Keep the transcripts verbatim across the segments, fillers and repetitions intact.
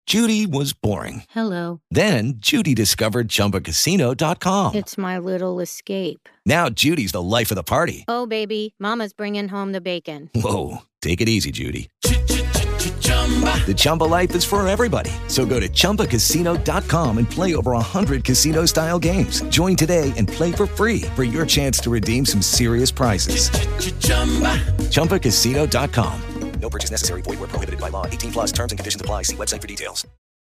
Judy was boring. Hello. Then Judy discovered Chumba Casino dot com. It's my little escape. Now Judy's the life of the party. Oh, baby, mama's bringing home the bacon. Whoa, take it easy, Judy. The Chumba life is for everybody. So go to Chumba Casino dot com and play over one hundred casino-style games. Join today and play for free for your chance to redeem some serious prizes. Chumba Casino dot com. No purchase necessary. Void where prohibited by law. eighteen plus terms and conditions apply. See website for details.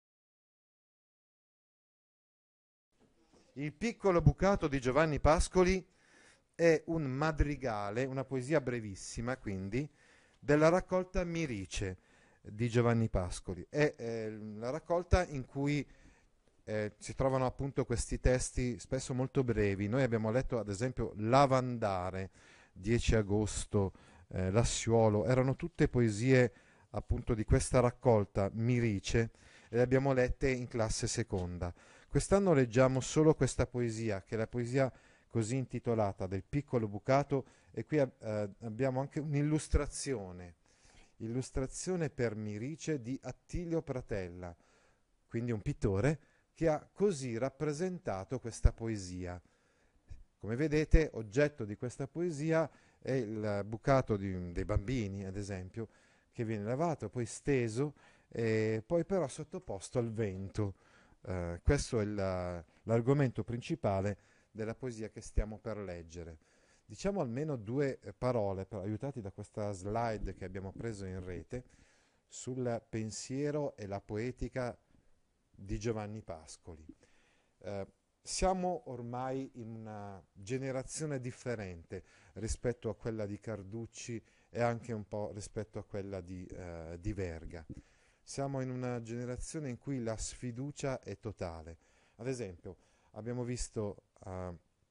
Il piccolo bucato di Giovanni Pascoli è un madrigale, una poesia brevissima, quindi, della raccolta Mirice di Giovanni Pascoli. È eh, la raccolta in cui eh, si trovano appunto questi testi spesso molto brevi. Noi abbiamo letto ad esempio Lavandare, dieci agosto, eh, Lassuolo, erano tutte poesie appunto di questa raccolta Mirice e le abbiamo lette in classe seconda. Quest'anno leggiamo solo questa poesia, che è la poesia così intitolata del piccolo bucato, e qui eh, abbiamo anche un'illustrazione, illustrazione per Mirice di Attilio Pratella, quindi un pittore che ha così rappresentato questa poesia. Come vedete, oggetto di questa poesia è il bucato di, dei bambini, ad esempio, che viene lavato, poi steso, e poi però sottoposto al vento. Uh, questo è il, l'argomento principale della poesia che stiamo per leggere. Diciamo almeno due parole, per, aiutati da questa slide che abbiamo preso in rete, sul pensiero e la poetica di Giovanni Pascoli. Uh, siamo ormai in una generazione differente rispetto a quella di Carducci e anche un po' rispetto a quella di, uh, di Verga. Siamo in una generazione in cui la sfiducia è totale. Ad esempio, abbiamo visto, uh,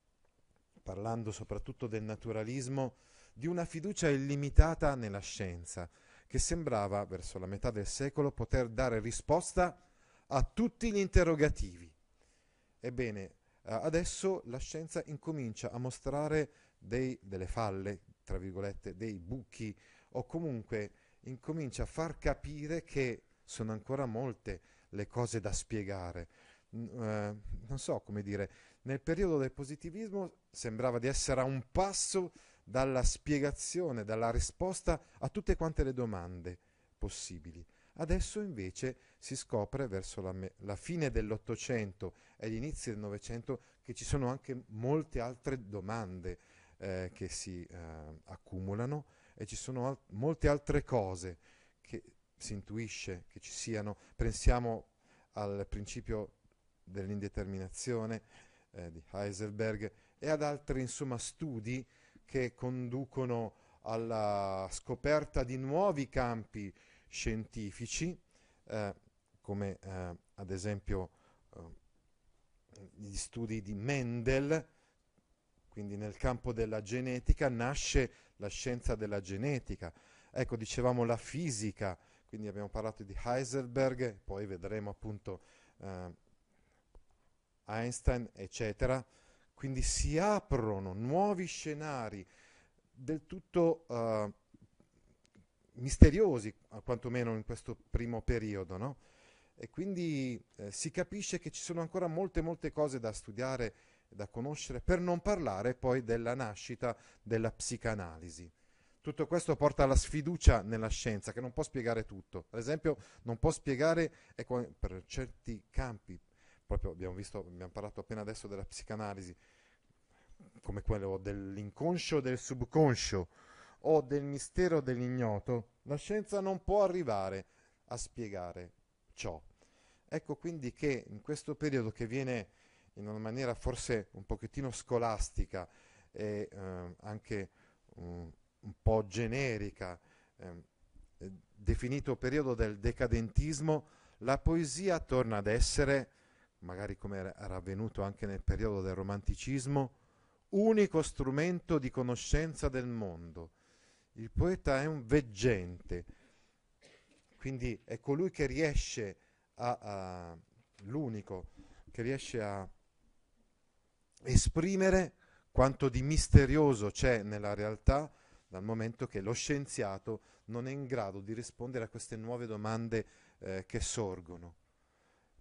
parlando soprattutto del naturalismo, di una fiducia illimitata nella scienza, che sembrava, verso la metà del secolo, poter dare risposta a tutti gli interrogativi. Ebbene, uh, adesso la scienza incomincia a mostrare dei, delle falle, tra virgolette, dei buchi, o comunque incomincia a far capire che sono ancora molte le cose da spiegare. Uh, non so come dire, nel periodo del positivismo sembrava di essere a un passo dalla spiegazione, dalla risposta a tutte quante le domande possibili. Adesso invece si scopre verso la, me- la fine dell'Ottocento e gli inizi del Novecento che ci sono anche molte altre domande eh, che si eh, accumulano, e ci sono al- molte altre cose che si intuisce che ci siano. Pensiamo al principio dell'indeterminazione eh, di Heisenberg e ad altri insomma studi che conducono alla scoperta di nuovi campi scientifici, eh, come eh, ad esempio eh, gli studi di Mendel. Quindi nel campo della genetica nasce la scienza della genetica. Ecco, dicevamo la fisica, quindi abbiamo parlato di Heisenberg, poi vedremo appunto eh, Einstein, eccetera. Quindi si aprono nuovi scenari del tutto eh, misteriosi, quantomeno in questo primo periodo, no? E quindi eh, si capisce che ci sono ancora molte molte cose da studiare, da conoscere, per non parlare poi della nascita della psicanalisi. Tutto questo porta alla sfiducia nella scienza, che non può spiegare tutto. Ad esempio, non può spiegare, ecco, per certi campi, proprio abbiamo visto, abbiamo parlato appena adesso della psicanalisi, come quello dell'inconscio e del subconscio, o del mistero dell'ignoto, la scienza non può arrivare a spiegare ciò. Ecco quindi che in questo periodo, che viene in una maniera forse un pochettino scolastica e eh, anche um, un po' generica, eh, definito periodo del decadentismo, la poesia torna ad essere, magari come era avvenuto anche nel periodo del romanticismo, unico strumento di conoscenza del mondo. Il poeta è un veggente, quindi è colui che riesce a, a l'unico che riesce a esprimere quanto di misterioso c'è nella realtà, dal momento che lo scienziato non è in grado di rispondere a queste nuove domande eh, che sorgono.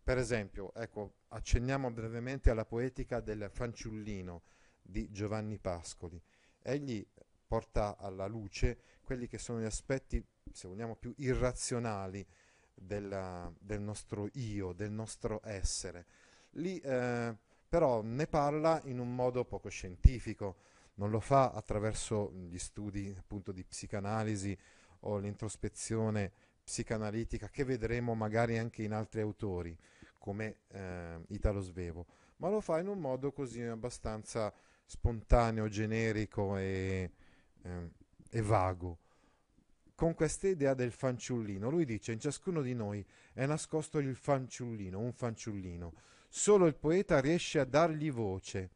Per esempio, ecco, accenniamo brevemente alla poetica del fanciullino di Giovanni Pascoli. Egli porta alla luce quelli che sono gli aspetti, se vogliamo, più irrazionali della, del nostro io, del nostro essere. Lì eh, però ne parla in un modo poco scientifico, non lo fa attraverso gli studi appunto di psicanalisi o l'introspezione psicanalitica che vedremo magari anche in altri autori come eh, Italo Svevo, ma lo fa in un modo così abbastanza spontaneo, generico e, eh, e vago, con questa idea del fanciullino. Lui dice: in ciascuno di noi è nascosto il fanciullino, un fanciullino. Solo il poeta riesce a dargli voce.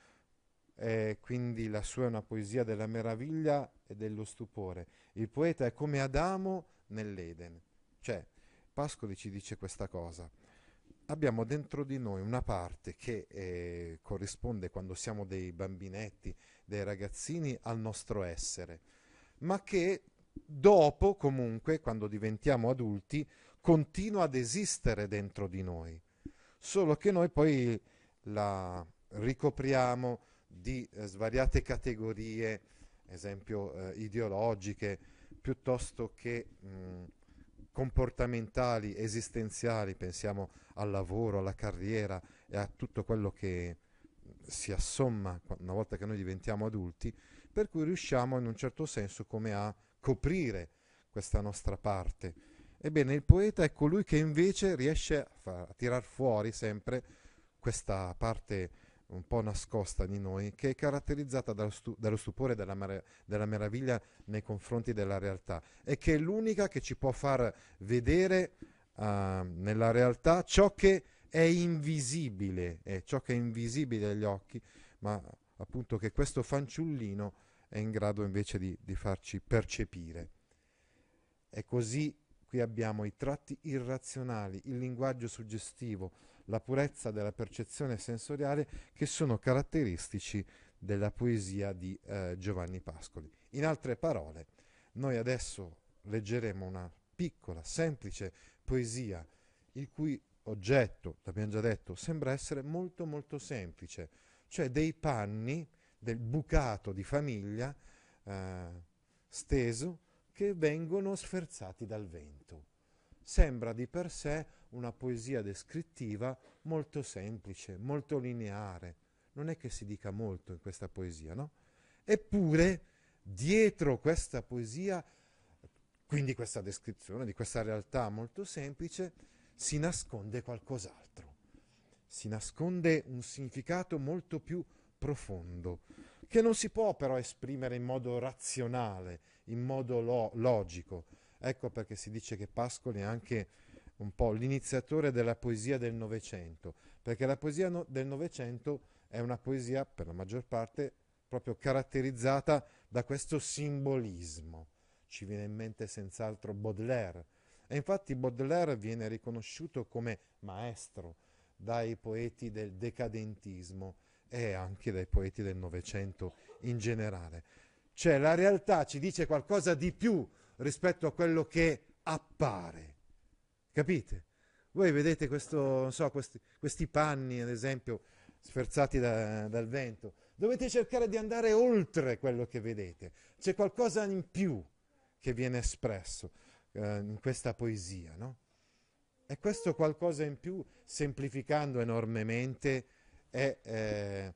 E quindi la sua è una poesia della meraviglia e dello stupore. Il poeta è come Adamo nell'Eden. Cioè, Pascoli ci dice questa cosa. Abbiamo dentro di noi una parte che eh, corrisponde, quando siamo dei bambinetti, dei ragazzini, al nostro essere, ma che dopo, comunque, quando diventiamo adulti, continua ad esistere dentro di noi. Solo che noi poi la ricopriamo di eh, svariate categorie, esempio eh, ideologiche, piuttosto che mh, comportamentali, esistenziali. Pensiamo al lavoro, alla carriera e a tutto quello che si assomma una volta che noi diventiamo adulti, per cui riusciamo in un certo senso come a coprire questa nostra parte. Ebbene, il poeta è colui che invece riesce a, far, a tirar fuori sempre questa parte un po' nascosta di noi, che è caratterizzata dallo, stu- dallo stupore e della, mer- della meraviglia nei confronti della realtà, e che è l'unica che ci può far vedere uh, nella realtà ciò che è invisibile, è ciò che è invisibile agli occhi, ma appunto che questo fanciullino è in grado invece di, di farci percepire. E così qui abbiamo i tratti irrazionali, il linguaggio suggestivo, la purezza della percezione sensoriale, che sono caratteristici della poesia di eh, Giovanni Pascoli. In altre parole, noi adesso leggeremo una piccola, semplice poesia il cui oggetto, l'abbiamo già detto, sembra essere molto molto semplice, cioè dei panni, del bucato di famiglia eh, steso, che vengono sferzati dal vento. Sembra di per sé una poesia descrittiva molto semplice, molto lineare. Non è che si dica molto in questa poesia, no? Eppure, dietro questa poesia, quindi questa descrizione di questa realtà molto semplice, si nasconde qualcos'altro. Si nasconde un significato molto più profondo, che non si può però esprimere in modo razionale, in modo lo- logico. Ecco perché si dice che Pascoli è anche un po' l'iniziatore della poesia del Novecento, perché la poesia no- del Novecento è una poesia, per la maggior parte, proprio caratterizzata da questo simbolismo. Ci viene in mente senz'altro Baudelaire, e infatti Baudelaire viene riconosciuto come maestro dai poeti del decadentismo e anche dai poeti del Novecento in generale. Cioè la realtà ci dice qualcosa di più rispetto a quello che appare. Capite? Voi vedete questo, non so, questi, questi panni, ad esempio, sferzati da, dal vento. Dovete cercare di andare oltre quello che vedete. C'è qualcosa in più che viene espresso eh, in questa poesia, no? E questo qualcosa in più, semplificando enormemente, è, eh,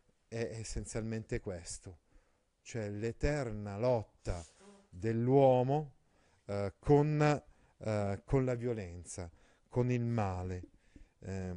è essenzialmente questo. Cioè l'eterna lotta dell'uomo eh, con, eh, con la violenza, con il male. Eh,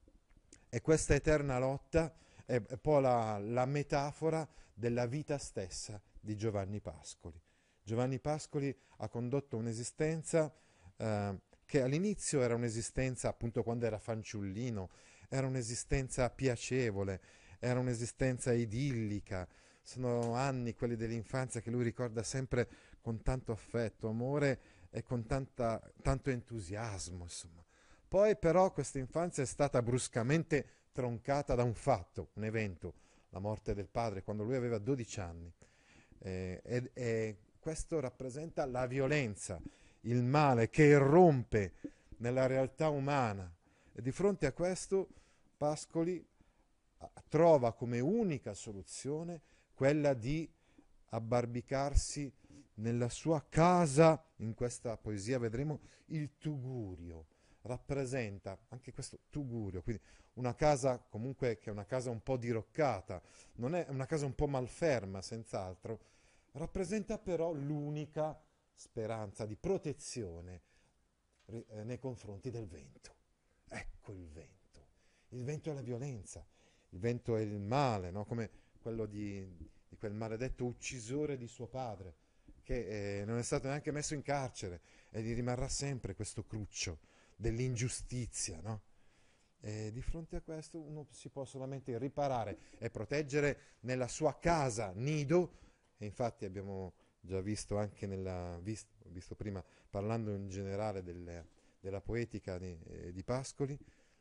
e questa eterna lotta è, è poi la, la metafora della vita stessa di Giovanni Pascoli. Giovanni Pascoli ha condotto un'esistenza eh, che all'inizio era un'esistenza, appunto quando era fanciullino, era un'esistenza piacevole, era un'esistenza idillica. Sono anni, quelli dell'infanzia, che lui ricorda sempre con tanto affetto, amore e con tanta, tanto entusiasmo, insomma. Poi però questa infanzia è stata bruscamente troncata da un fatto, un evento, la morte del padre, quando lui aveva dodici anni. Eh, e, e questo rappresenta la violenza, il male che irrompe nella realtà umana, E di fronte a questo Pascoli trova come unica soluzione quella di abbarbicarsi nella sua casa. In questa poesia vedremo il tugurio, rappresenta anche questo tugurio, quindi una casa comunque che è una casa un po' diroccata, non è una casa un po' malferma senz'altro, rappresenta però l'unica speranza di protezione eh, nei confronti del vento. Ecco il vento, il vento è la violenza, il vento è il male, no? Come quello di, di quel maledetto uccisore di suo padre, che eh, non è stato neanche messo in carcere e gli rimarrà sempre questo cruccio dell'ingiustizia, no? E di fronte a questo uno si può solamente riparare e proteggere nella sua casa, nido, e infatti abbiamo già visto anche nella, visto, visto prima parlando in generale del, della poetica di, eh, di Pascoli,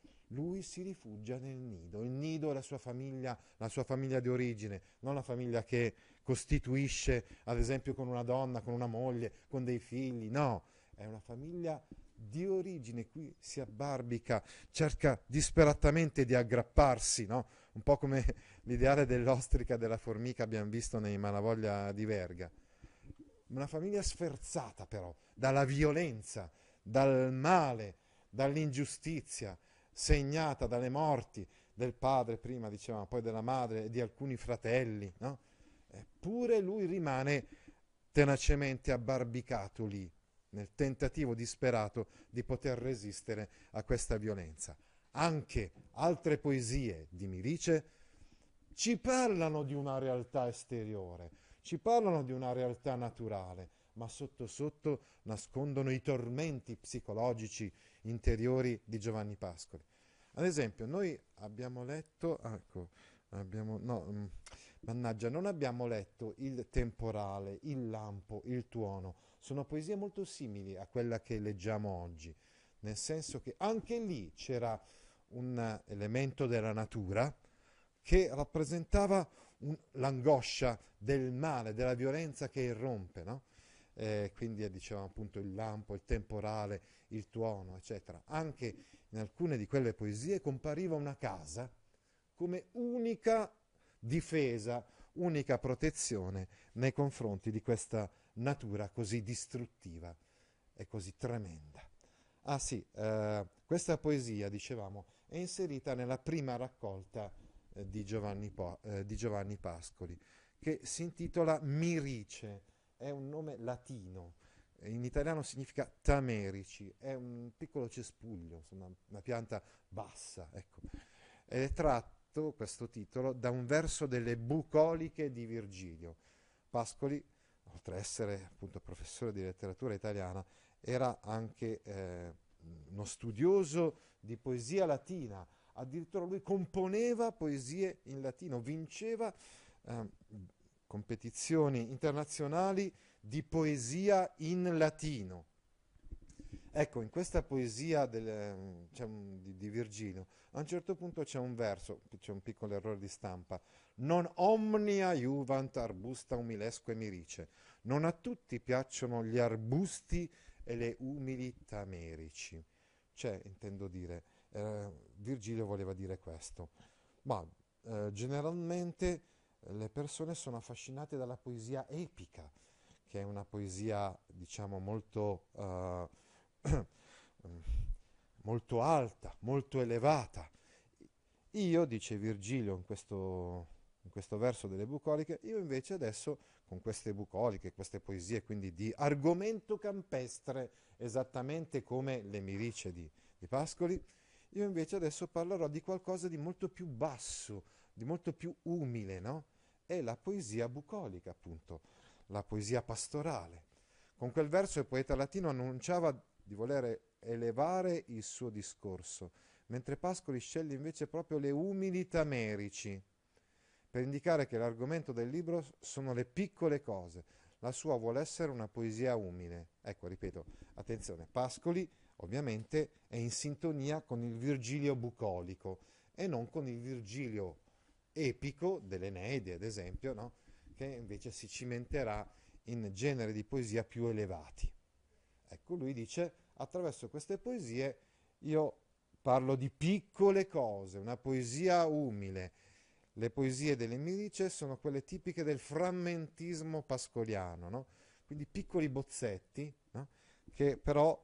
lui si rifugia nel nido. Il nido è la sua famiglia, la sua famiglia di origine, non la famiglia che costituisce, ad esempio, con una donna, con una moglie, con dei figli. No, è una famiglia di origine. Qui si abbarbica, cerca disperatamente di aggrapparsi, no? Un po' come l'ideale dell'ostrica, della formica abbiamo visto nei Malavoglia di Verga. Una famiglia sferzata però dalla violenza, dal male, dall'ingiustizia, segnata dalle morti del padre, prima dicevamo, poi della madre e di alcuni fratelli, no? Eppure lui rimane tenacemente abbarbicato lì, nel tentativo disperato di poter resistere a questa violenza. Anche altre poesie di Mirice ci parlano di una realtà esteriore, ci parlano di una realtà naturale, ma sotto sotto nascondono i tormenti psicologici interiori di Giovanni Pascoli. Ad esempio, noi abbiamo letto, ecco, abbiamo, no, mannaggia, non abbiamo letto Il temporale, Il lampo, Il tuono. Sono poesie molto simili a quella che leggiamo oggi, nel senso che anche lì c'era un elemento della natura che rappresentava un, l'angoscia del male, della violenza che irrompe, no? Eh, quindi dicevamo appunto il lampo, il temporale, il tuono, eccetera. Anche in alcune di quelle poesie compariva una casa come unica difesa, unica protezione nei confronti di questa natura così distruttiva e così tremenda. Ah sì, eh, questa poesia, dicevamo, è inserita nella prima raccolta eh, di, Giovanni po- eh, di Giovanni Pascoli, che si intitola Mirice. È un nome latino, in italiano significa tamerici, è un piccolo cespuglio, insomma, una pianta bassa, ecco. Ed è tratto, questo titolo, da un verso delle Bucoliche di Virgilio. Pascoli, oltre ad essere appunto professore di letteratura italiana, era anche eh, uno studioso di poesia latina, addirittura lui componeva poesie in latino, vinceva eh, competizioni internazionali di poesia in latino. Ecco, in questa poesia del, c'è un, di, di Virgilio, a un certo punto c'è un verso, c'è un piccolo errore di stampa, non omnia juvant arbusta umilesque mirice, non a tutti piacciono gli arbusti e le umili tamerici. Cioè, intendo dire, eh, Virgilio voleva dire questo, ma eh, generalmente le persone sono affascinate dalla poesia epica, che è una poesia, diciamo, molto, uh, molto alta, molto elevata. Io, dice Virgilio in questo, in questo verso delle Bucoliche, io invece adesso, con queste bucoliche, queste poesie, quindi di argomento campestre, esattamente come le Mirice di, di Pascoli, io invece adesso parlerò di qualcosa di molto più basso, di molto più umile, no? È la poesia bucolica, appunto, la poesia pastorale. Con quel verso il poeta latino annunciava di voler elevare il suo discorso, mentre Pascoli sceglie invece proprio le umili tamerici, per indicare che l'argomento del libro sono le piccole cose. La sua vuole essere una poesia umile. Ecco, ripeto, attenzione, Pascoli ovviamente è in sintonia con il Virgilio bucolico e non con il Virgilio epico dell'Eneide, ad esempio, no? Che invece si cimenterà in generi di poesia più elevati. Ecco, lui dice, attraverso queste poesie io parlo di piccole cose, una poesia umile. Le poesie delle Mirice sono quelle tipiche del frammentismo pascoliano, no? Quindi piccoli bozzetti, no? Che però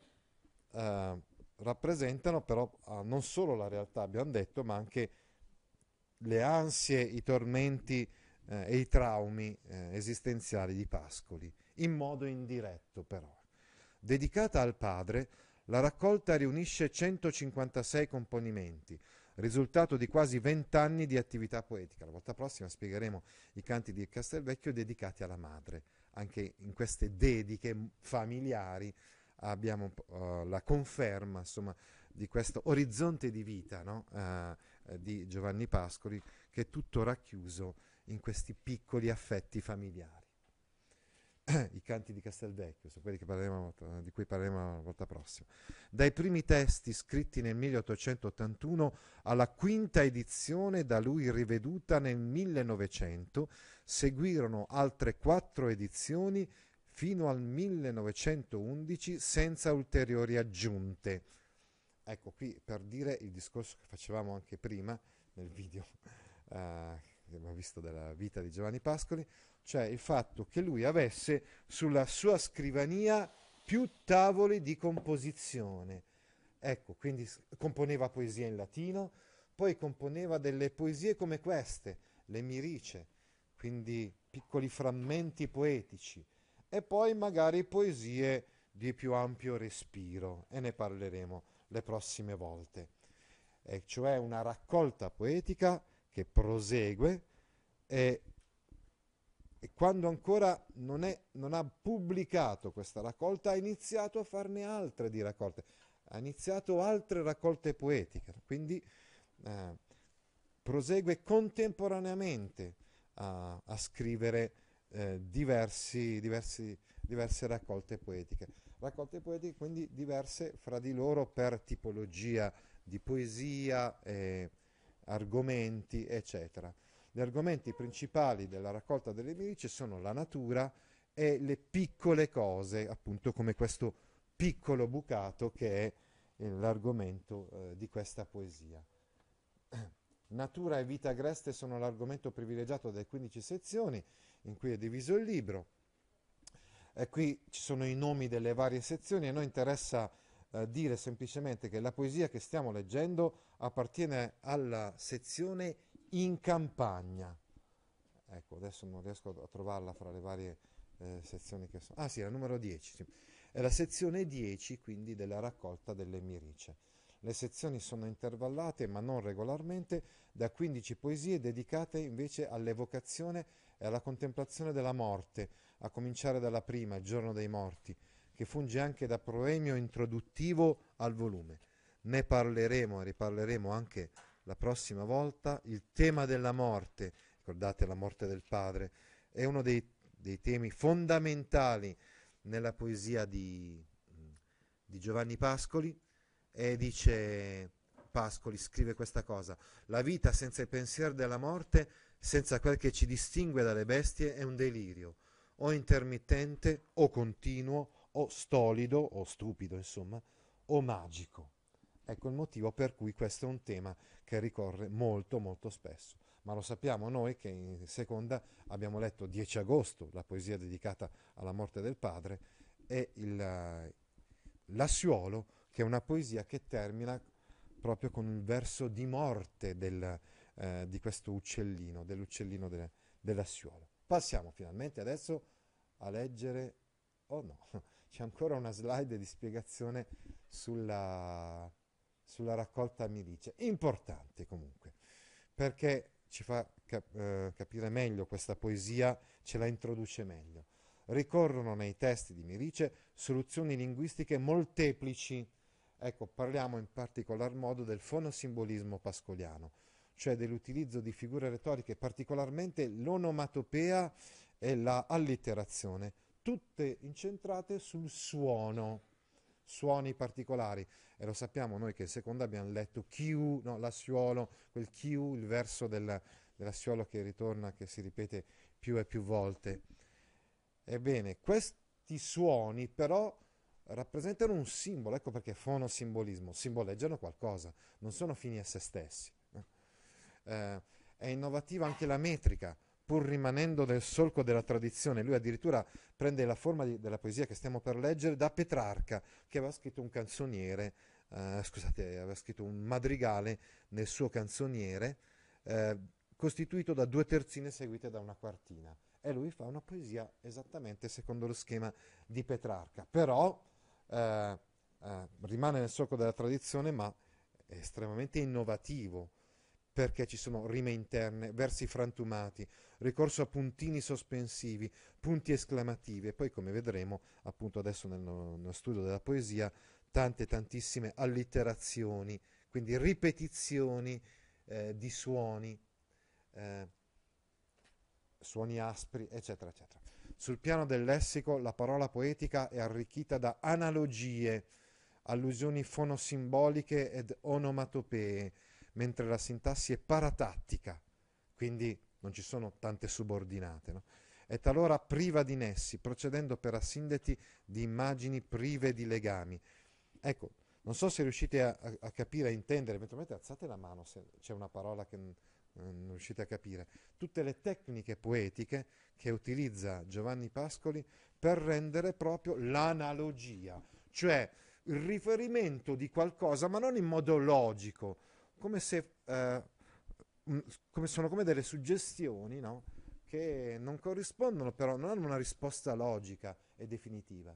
eh, rappresentano però eh, non solo la realtà, abbiamo detto, ma anche le ansie, i tormenti eh, e i traumi eh, esistenziali di Pascoli, in modo indiretto però. Dedicata al padre, la raccolta riunisce centocinquantasei componimenti, risultato di quasi vent'anni di attività poetica. La volta prossima spiegheremo i canti di Castelvecchio dedicati alla madre. Anche in queste dediche familiari abbiamo uh, la conferma, insomma, di questo orizzonte di vita, no? uh, di Giovanni Pascoli, che è tutto racchiuso in questi piccoli affetti familiari. I canti di Castelvecchio, sono quelli che parleremo, di cui parleremo la volta prossima. Dai primi testi scritti nel milleottocentottantuno alla quinta edizione da lui riveduta nel millenovecento, seguirono altre quattro edizioni fino al millenovecentoundici senza ulteriori aggiunte. Ecco, qui per dire il discorso che facevamo anche prima nel video eh, che abbiamo visto della vita di Giovanni Pascoli, cioè il fatto che lui avesse sulla sua scrivania più tavoli di composizione. Ecco, quindi componeva poesia in latino, poi componeva delle poesie come queste, le Mirice, quindi piccoli frammenti poetici, e poi magari poesie di più ampio respiro, e ne parleremo le prossime volte. E cioè una raccolta poetica che prosegue e E quando ancora non, è, non ha pubblicato questa raccolta, ha iniziato a farne altre di raccolte, ha iniziato altre raccolte poetiche, quindi eh, prosegue contemporaneamente a, a scrivere eh, diversi, diversi, diverse raccolte poetiche. Raccolte poetiche quindi diverse fra di loro per tipologia di poesia, eh, argomenti, eccetera. Gli argomenti principali della raccolta delle Mirice sono la natura e le piccole cose, appunto come questo piccolo bucato che è eh, l'argomento eh, di questa poesia. Natura e vita agreste sono l'argomento privilegiato delle quindici sezioni in cui è diviso il libro. E qui ci sono i nomi delle varie sezioni e a noi interessa eh, dire semplicemente che la poesia che stiamo leggendo appartiene alla sezione in campagna. Ecco, adesso non riesco a trovarla fra le varie eh, sezioni che sono. Ah sì, la numero dieci. Sì. È la sezione dieci, quindi, della raccolta delle Mirice. Le sezioni sono intervallate, ma non regolarmente, da quindici poesie dedicate invece all'evocazione e alla contemplazione della morte, a cominciare dalla prima, Il giorno dei morti, che funge anche da proemio introduttivo al volume. Ne parleremo e riparleremo anche la prossima volta. Il tema della morte, ricordate la morte del padre, è uno dei, dei temi fondamentali nella poesia di, di Giovanni Pascoli, e dice Pascoli, scrive questa cosa: la vita senza il pensiero della morte, senza quel che ci distingue dalle bestie, è un delirio, o intermittente, o continuo, o stolido, o stupido, insomma, o magico. Ecco il motivo per cui questo è un tema che ricorre molto molto spesso, ma lo sappiamo noi che in seconda abbiamo letto dieci agosto, la poesia dedicata alla morte del padre, e il Lasciuolo, che è una poesia che termina proprio con il verso di morte del, eh, di questo uccellino, dell'uccellino de, del Lasciuolo. Passiamo finalmente adesso a leggere, oh no, c'è ancora una slide di spiegazione sulla sulla raccolta Mirice, importante comunque, perché ci fa cap- eh, capire meglio questa poesia, ce la introduce meglio. Ricorrono nei testi di Mirice soluzioni linguistiche molteplici. Ecco, parliamo in particolar modo del fonosimbolismo pascoliano, cioè dell'utilizzo di figure retoriche, particolarmente l'onomatopea e la allitterazione, tutte incentrate sul suono, suoni particolari. E lo sappiamo noi che in seconda abbiamo letto chiù, no, Lasciuolo, quel chiù, il verso del, dell'Asciuolo che ritorna, che si ripete più e più volte. Ebbene, questi suoni però rappresentano un simbolo, ecco perché fonosimbolismo, simboleggiano qualcosa, non sono fini a se stessi. Eh, è innovativa anche la metrica, pur rimanendo nel solco della tradizione. Lui addirittura prende la forma di, della poesia che stiamo per leggere da Petrarca, che aveva scritto un canzoniere, eh, scusate, aveva scritto un madrigale nel suo canzoniere, eh, costituito da due terzine seguite da una quartina. E lui fa una poesia esattamente secondo lo schema di Petrarca, però eh, eh, rimane nel solco della tradizione, ma è estremamente innovativo, perché ci sono rime interne, versi frantumati, ricorso a puntini sospensivi, punti esclamativi e poi, come vedremo appunto adesso nel, nello studio della poesia, tante tantissime allitterazioni, quindi ripetizioni eh, di suoni, eh, suoni aspri, eccetera, eccetera. Sul piano del lessico la parola poetica è arricchita da analogie, allusioni fonosimboliche ed onomatopee, mentre la sintassi è paratattica, quindi non ci sono tante subordinate, no? È talora priva di nessi, procedendo per asindeti di immagini prive di legami. Ecco, non so se riuscite a, a, a capire, a intendere, eventualmente alzate la mano se c'è una parola che non, non riuscite a capire, tutte le tecniche poetiche che utilizza Giovanni Pascoli per rendere proprio l'analogia, cioè il riferimento di qualcosa, ma non in modo logico, come se eh, come sono come delle suggestioni, no? Che non corrispondono, però non hanno una risposta logica e definitiva.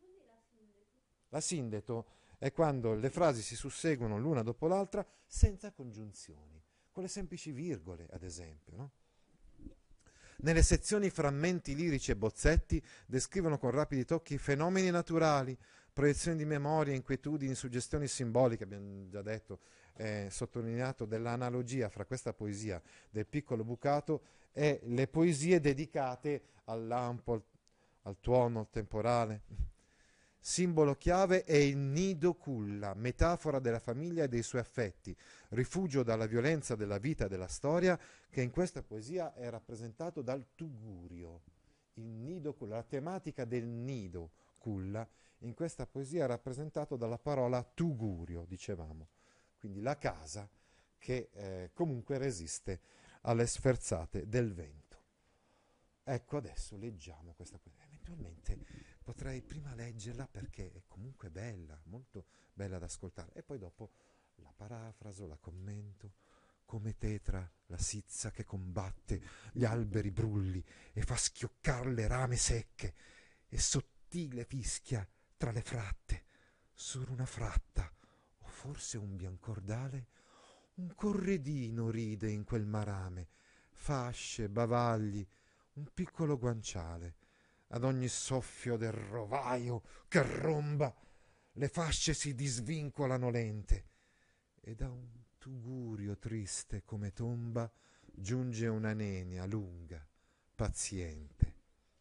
La sindeto è quando le frasi si susseguono l'una dopo l'altra senza congiunzioni, con le semplici virgole, ad esempio, no? Nelle sezioni frammenti lirici e bozzetti descrivono con rapidi tocchi fenomeni naturali, proiezioni di memoria, inquietudini, suggestioni simboliche, abbiamo già detto, eh, sottolineato dell'analogia fra questa poesia del piccolo bucato e le poesie dedicate al lampo, al, al tuono, al temporale. Simbolo chiave è il nido culla, metafora della famiglia e dei suoi affetti, rifugio dalla violenza della vita e della storia, che in questa poesia è rappresentato dal tugurio. Il nido culla, la tematica del nido culla, in questa poesia è rappresentato dalla parola tugurio, dicevamo, quindi la casa che eh, comunque resiste alle sferzate del vento. Ecco, adesso leggiamo questa poesia. Eventualmente potrei prima leggerla perché è comunque bella, molto bella da ascoltare, e poi dopo la parafraso, la commento, come tetra la sizza che combatte gli alberi brulli e fa schioccar le rame secche, e sottile fischia tra le fratte, sur una fratta, o forse un biancordale, un corredino ride in quel marame, fasce, bavagli, un piccolo guanciale. Ad ogni soffio del rovaio che romba, le fasce si disvincolano lente, e da un tugurio triste come tomba giunge una nenia lunga, paziente.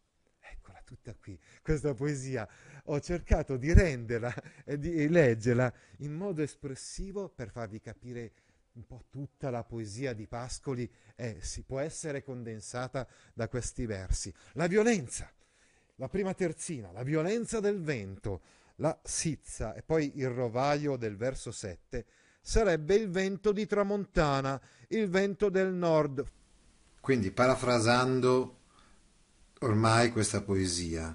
Eccola tutta qui, questa poesia. Ho cercato di renderla e di leggerla in modo espressivo per farvi capire un po' tutta la poesia di Pascoli, e si può essere condensata da questi versi. La violenza, la prima terzina, la violenza del vento, la sizza, e poi il rovaio del verso sette sarebbe il vento di tramontana, il vento del nord. Quindi, parafrasando ormai questa poesia,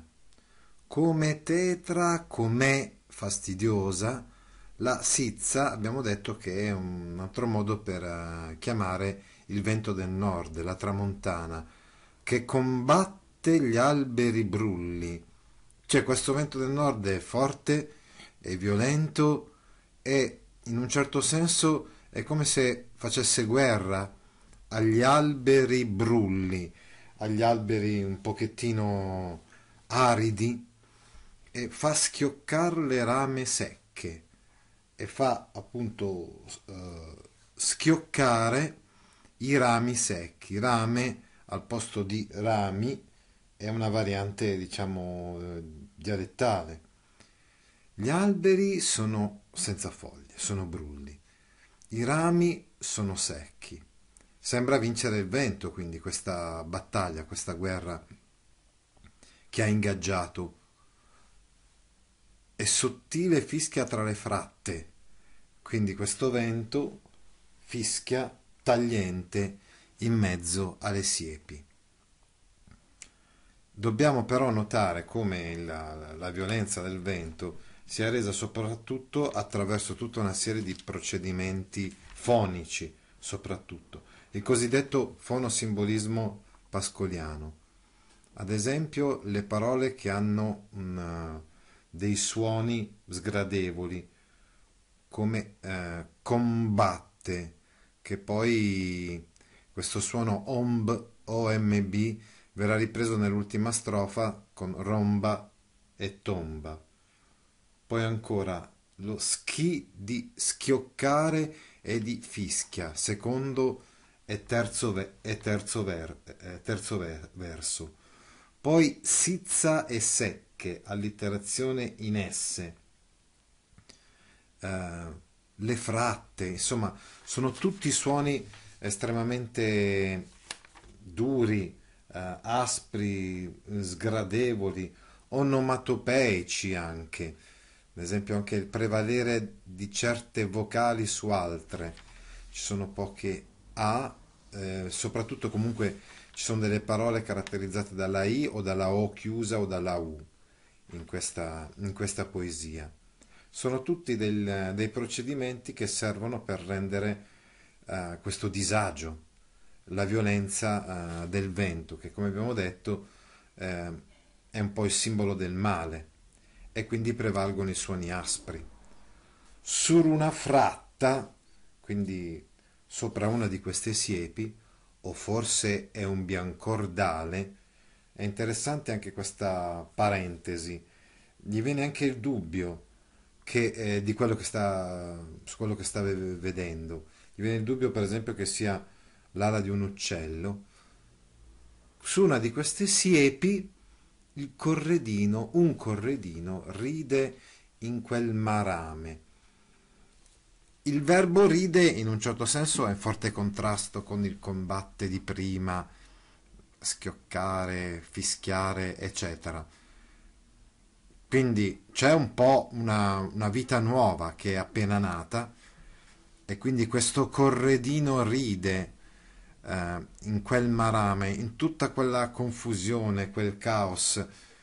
come tetra, com'è fastidiosa, la sizza abbiamo detto che è un altro modo per uh, chiamare il vento del nord, la tramontana, che combatte gli alberi brulli. Cioè, questo vento del nord è forte, è violento e in un certo senso è come se facesse guerra agli alberi brulli, agli alberi un pochettino aridi, e fa schioccare le rame secche e fa appunto eh, schioccare i rami secchi. Rame al posto di rami è una variante, diciamo, eh, dialettale. Gli alberi sono senza foglie, sono brulli, i rami sono secchi. Sembra vincere il vento, quindi, questa battaglia, questa guerra che ha ingaggiato, e sottile fischia tra le fratte, quindi questo vento fischia tagliente in mezzo alle siepi. Dobbiamo però notare come la, la violenza del vento sia resa soprattutto attraverso tutta una serie di procedimenti fonici, soprattutto il cosiddetto fonosimbolismo pascoliano. Ad esempio, le parole che hanno un, dei suoni sgradevoli, come eh, combatte, che poi questo suono omb, O M B, verrà ripreso nell'ultima strofa con romba e tomba. Poi ancora lo schi di schioccare e di fischia, secondo e terzo, ve- e terzo, ver- eh, terzo ver- verso. Poi sizza e secche, allitterazione in esse, eh, le fratte, insomma, sono tutti suoni estremamente duri, eh, aspri, sgradevoli, onomatopeici anche. Ad esempio anche il prevalere di certe vocali su altre. Ci sono poche A, eh, soprattutto comunque ci sono delle parole caratterizzate dalla I o dalla O chiusa o dalla U in questa, in questa poesia. Sono tutti del- dei procedimenti che servono per rendere eh, questo disagio, la violenza eh, del vento, che come abbiamo detto eh, è un po' il simbolo del male, e quindi prevalgono i suoni aspri. Sur una fratta, quindi sopra una di queste siepi, o forse è un biancordale, è interessante anche questa parentesi. Gli viene anche il dubbio che, eh, di quello che sta, su quello che sta ve- vedendo. Gli viene il dubbio, per esempio, che sia l'ala di un uccello. Su una di queste siepi il corredino, un corredino, ride in quel marame. Il verbo ride in un certo senso è in forte contrasto con il combatte di prima, schioccare, fischiare, eccetera. Quindi c'è un po' una, una vita nuova che è appena nata, e quindi questo corredino ride eh, in quel marame, in tutta quella confusione, quel caos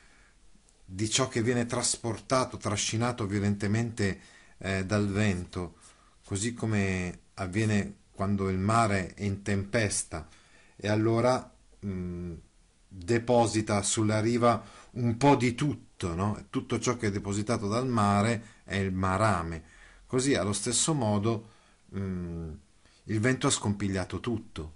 di ciò che viene trasportato, trascinato violentemente eh, dal vento, così come avviene quando il mare è in tempesta e allora mh, deposita sulla riva un po' di tutto, no? Tutto ciò che è depositato dal mare è il marame. Così, allo stesso modo, mh, il vento ha scompigliato tutto.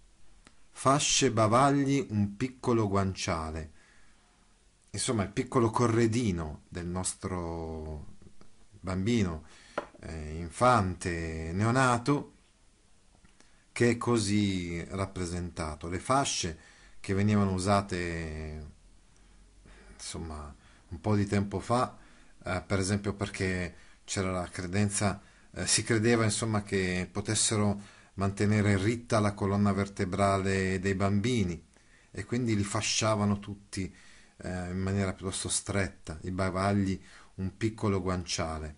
Fasce, bavagli, un piccolo guanciale. Insomma, il piccolo corredino del nostro bambino, eh, infante, neonato, che è così rappresentato. Le fasce che venivano usate, insomma, un po' di tempo fa, eh, per esempio perché c'era la credenza, eh, si credeva, insomma, che potessero mantenere ritta la colonna vertebrale dei bambini, e quindi li fasciavano tutti eh, in maniera piuttosto stretta, i bavagli un piccolo guanciale.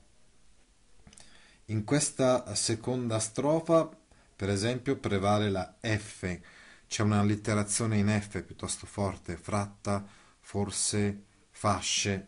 In questa seconda strofa, per esempio, prevale la F, c'è una allitterazione in F piuttosto forte, fratta, forse, fasce.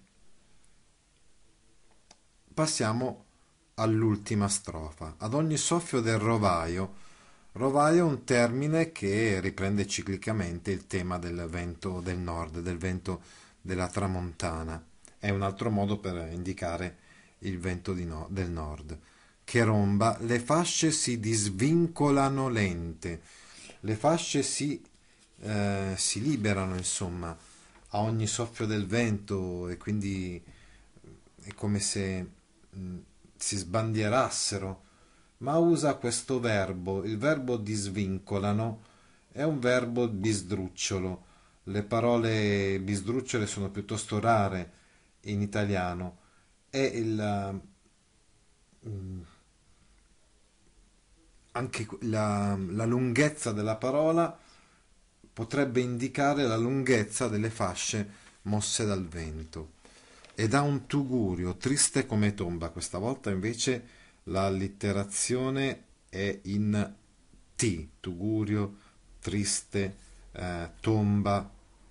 Passiamo all'ultima strofa. Ad ogni soffio del rovaio. Rovaio è un termine che riprende ciclicamente il tema del vento del nord, del vento della tramontana. È un altro modo per indicare il vento di no- del nord. Che romba, le fasce si disvincolano lente, le fasce si, eh, si liberano, insomma, a ogni soffio del vento, e quindi è come se mh, si sbandierassero, ma usa questo verbo, il verbo disvincolano è un verbo bisdrucciolo. Le parole bisdrucciole sono piuttosto rare in italiano, e il, mm, anche la, la lunghezza della parola potrebbe indicare la lunghezza delle fasce mosse dal vento. e da un tugurio triste come tomba. Questa volta invece l'allitterazione è in T, tugurio, triste, eh, tomba.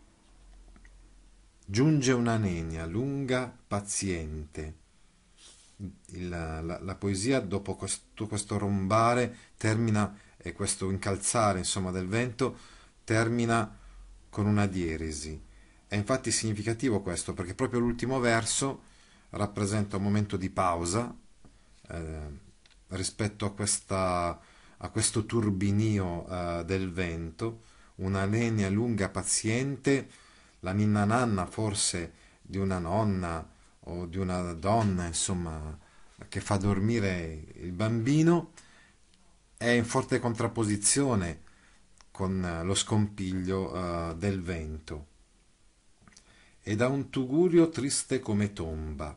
Giunge una nenia lunga, paziente. Il, la, la poesia, dopo questo, questo rombare, termina, e questo incalzare, insomma, del vento, termina con una dieresi. È infatti significativo questo, perché proprio l'ultimo verso rappresenta un momento di pausa eh, rispetto a, questa, a questo turbinio eh, del vento, una nenia lunga, paziente, la ninna nanna forse di una nonna o di una donna, insomma, che fa dormire il bambino, è in forte contrapposizione con lo scompiglio uh, del vento. E da un tugurio triste come tomba.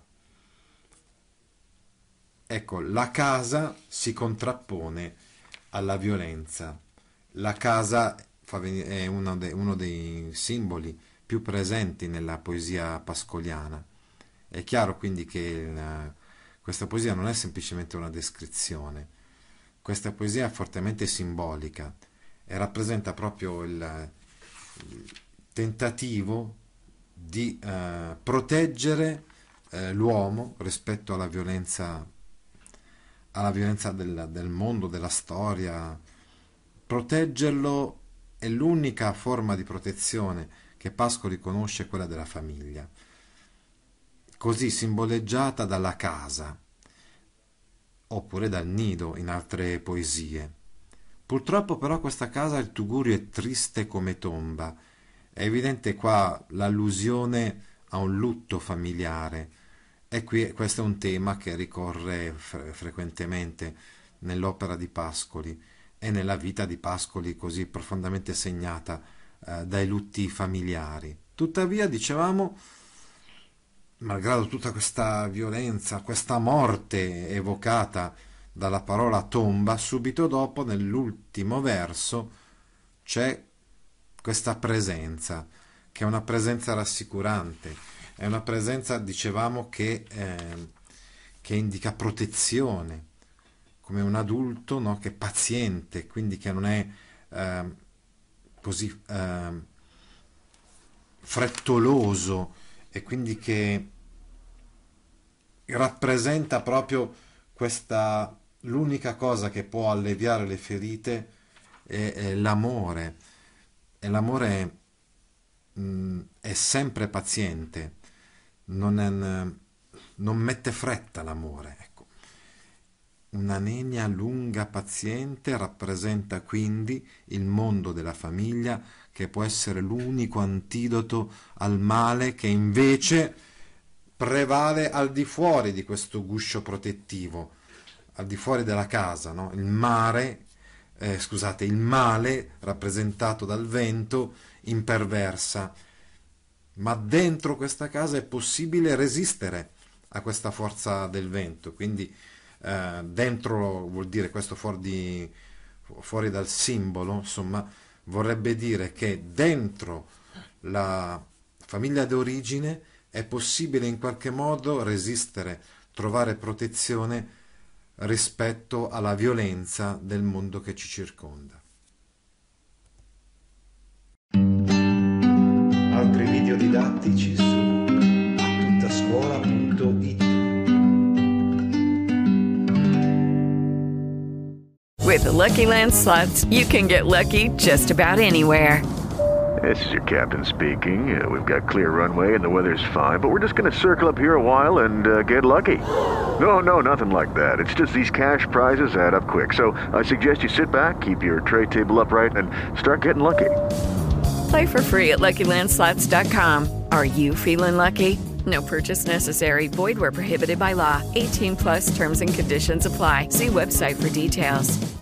Ecco, la casa si contrappone alla violenza. La casa fa venire, è uno, de, uno dei simboli più presenti nella poesia pascoliana. È chiaro quindi che il, questa poesia non è semplicemente una descrizione. Questa poesia è fortemente simbolica e rappresenta proprio il, il tentativo di eh, proteggere eh, l'uomo rispetto alla violenza, alla violenza del, del mondo, della storia. Proteggerlo è l'unica forma di protezione che Pascoli conosce, quella della famiglia, così simboleggiata dalla casa, oppure dal nido in altre poesie. Purtroppo però questa casa, il tugurio, è triste come tomba. È evidente qua l'allusione a un lutto familiare, e qui questo è un tema che ricorre fre- frequentemente nell'opera di Pascoli e nella vita di Pascoli, così profondamente segnata eh, dai lutti familiari. Tuttavia, dicevamo, malgrado tutta questa violenza, questa morte evocata dalla parola tomba, subito dopo, nell'ultimo verso, c'è questa presenza, che è una presenza rassicurante, è una presenza, dicevamo, che, eh, che indica protezione, come un adulto, no? Che è paziente, quindi che non è eh, così eh, frettoloso, e quindi che rappresenta proprio questa, l'unica cosa che può alleviare le ferite è, è l'amore, e l'amore mh, è sempre paziente, non, è, non mette fretta l'amore, ecco. Una nenia lunga, paziente rappresenta quindi il mondo della famiglia, che può essere l'unico antidoto al male che invece prevale al di fuori di questo guscio protettivo, al di fuori della casa, no? Il mare, eh, scusate, il male rappresentato dal vento imperversa, ma dentro questa casa è possibile resistere a questa forza del vento, quindi eh, dentro vuol dire questo fuori, di, fuori dal simbolo, insomma, vorrebbe dire che dentro la famiglia d'origine è possibile in qualche modo resistere, trovare protezione rispetto alla violenza del mondo che ci circonda. Altri video didattici su attuttascuola punto it. With the Lucky Land Slots, you can get lucky just about anywhere. This is your captain speaking. Uh, we've got clear runway and the weather's fine, but we're just going to circle up here a while and uh, get lucky. No, no, nothing like that. It's just these cash prizes add up quick. So I suggest you sit back, keep your tray table upright, and start getting lucky. Play for free at Lucky Land Slots dot com. Are you feeling lucky? No purchase necessary. Void where prohibited by law. eighteen plus terms and conditions apply. See website for details.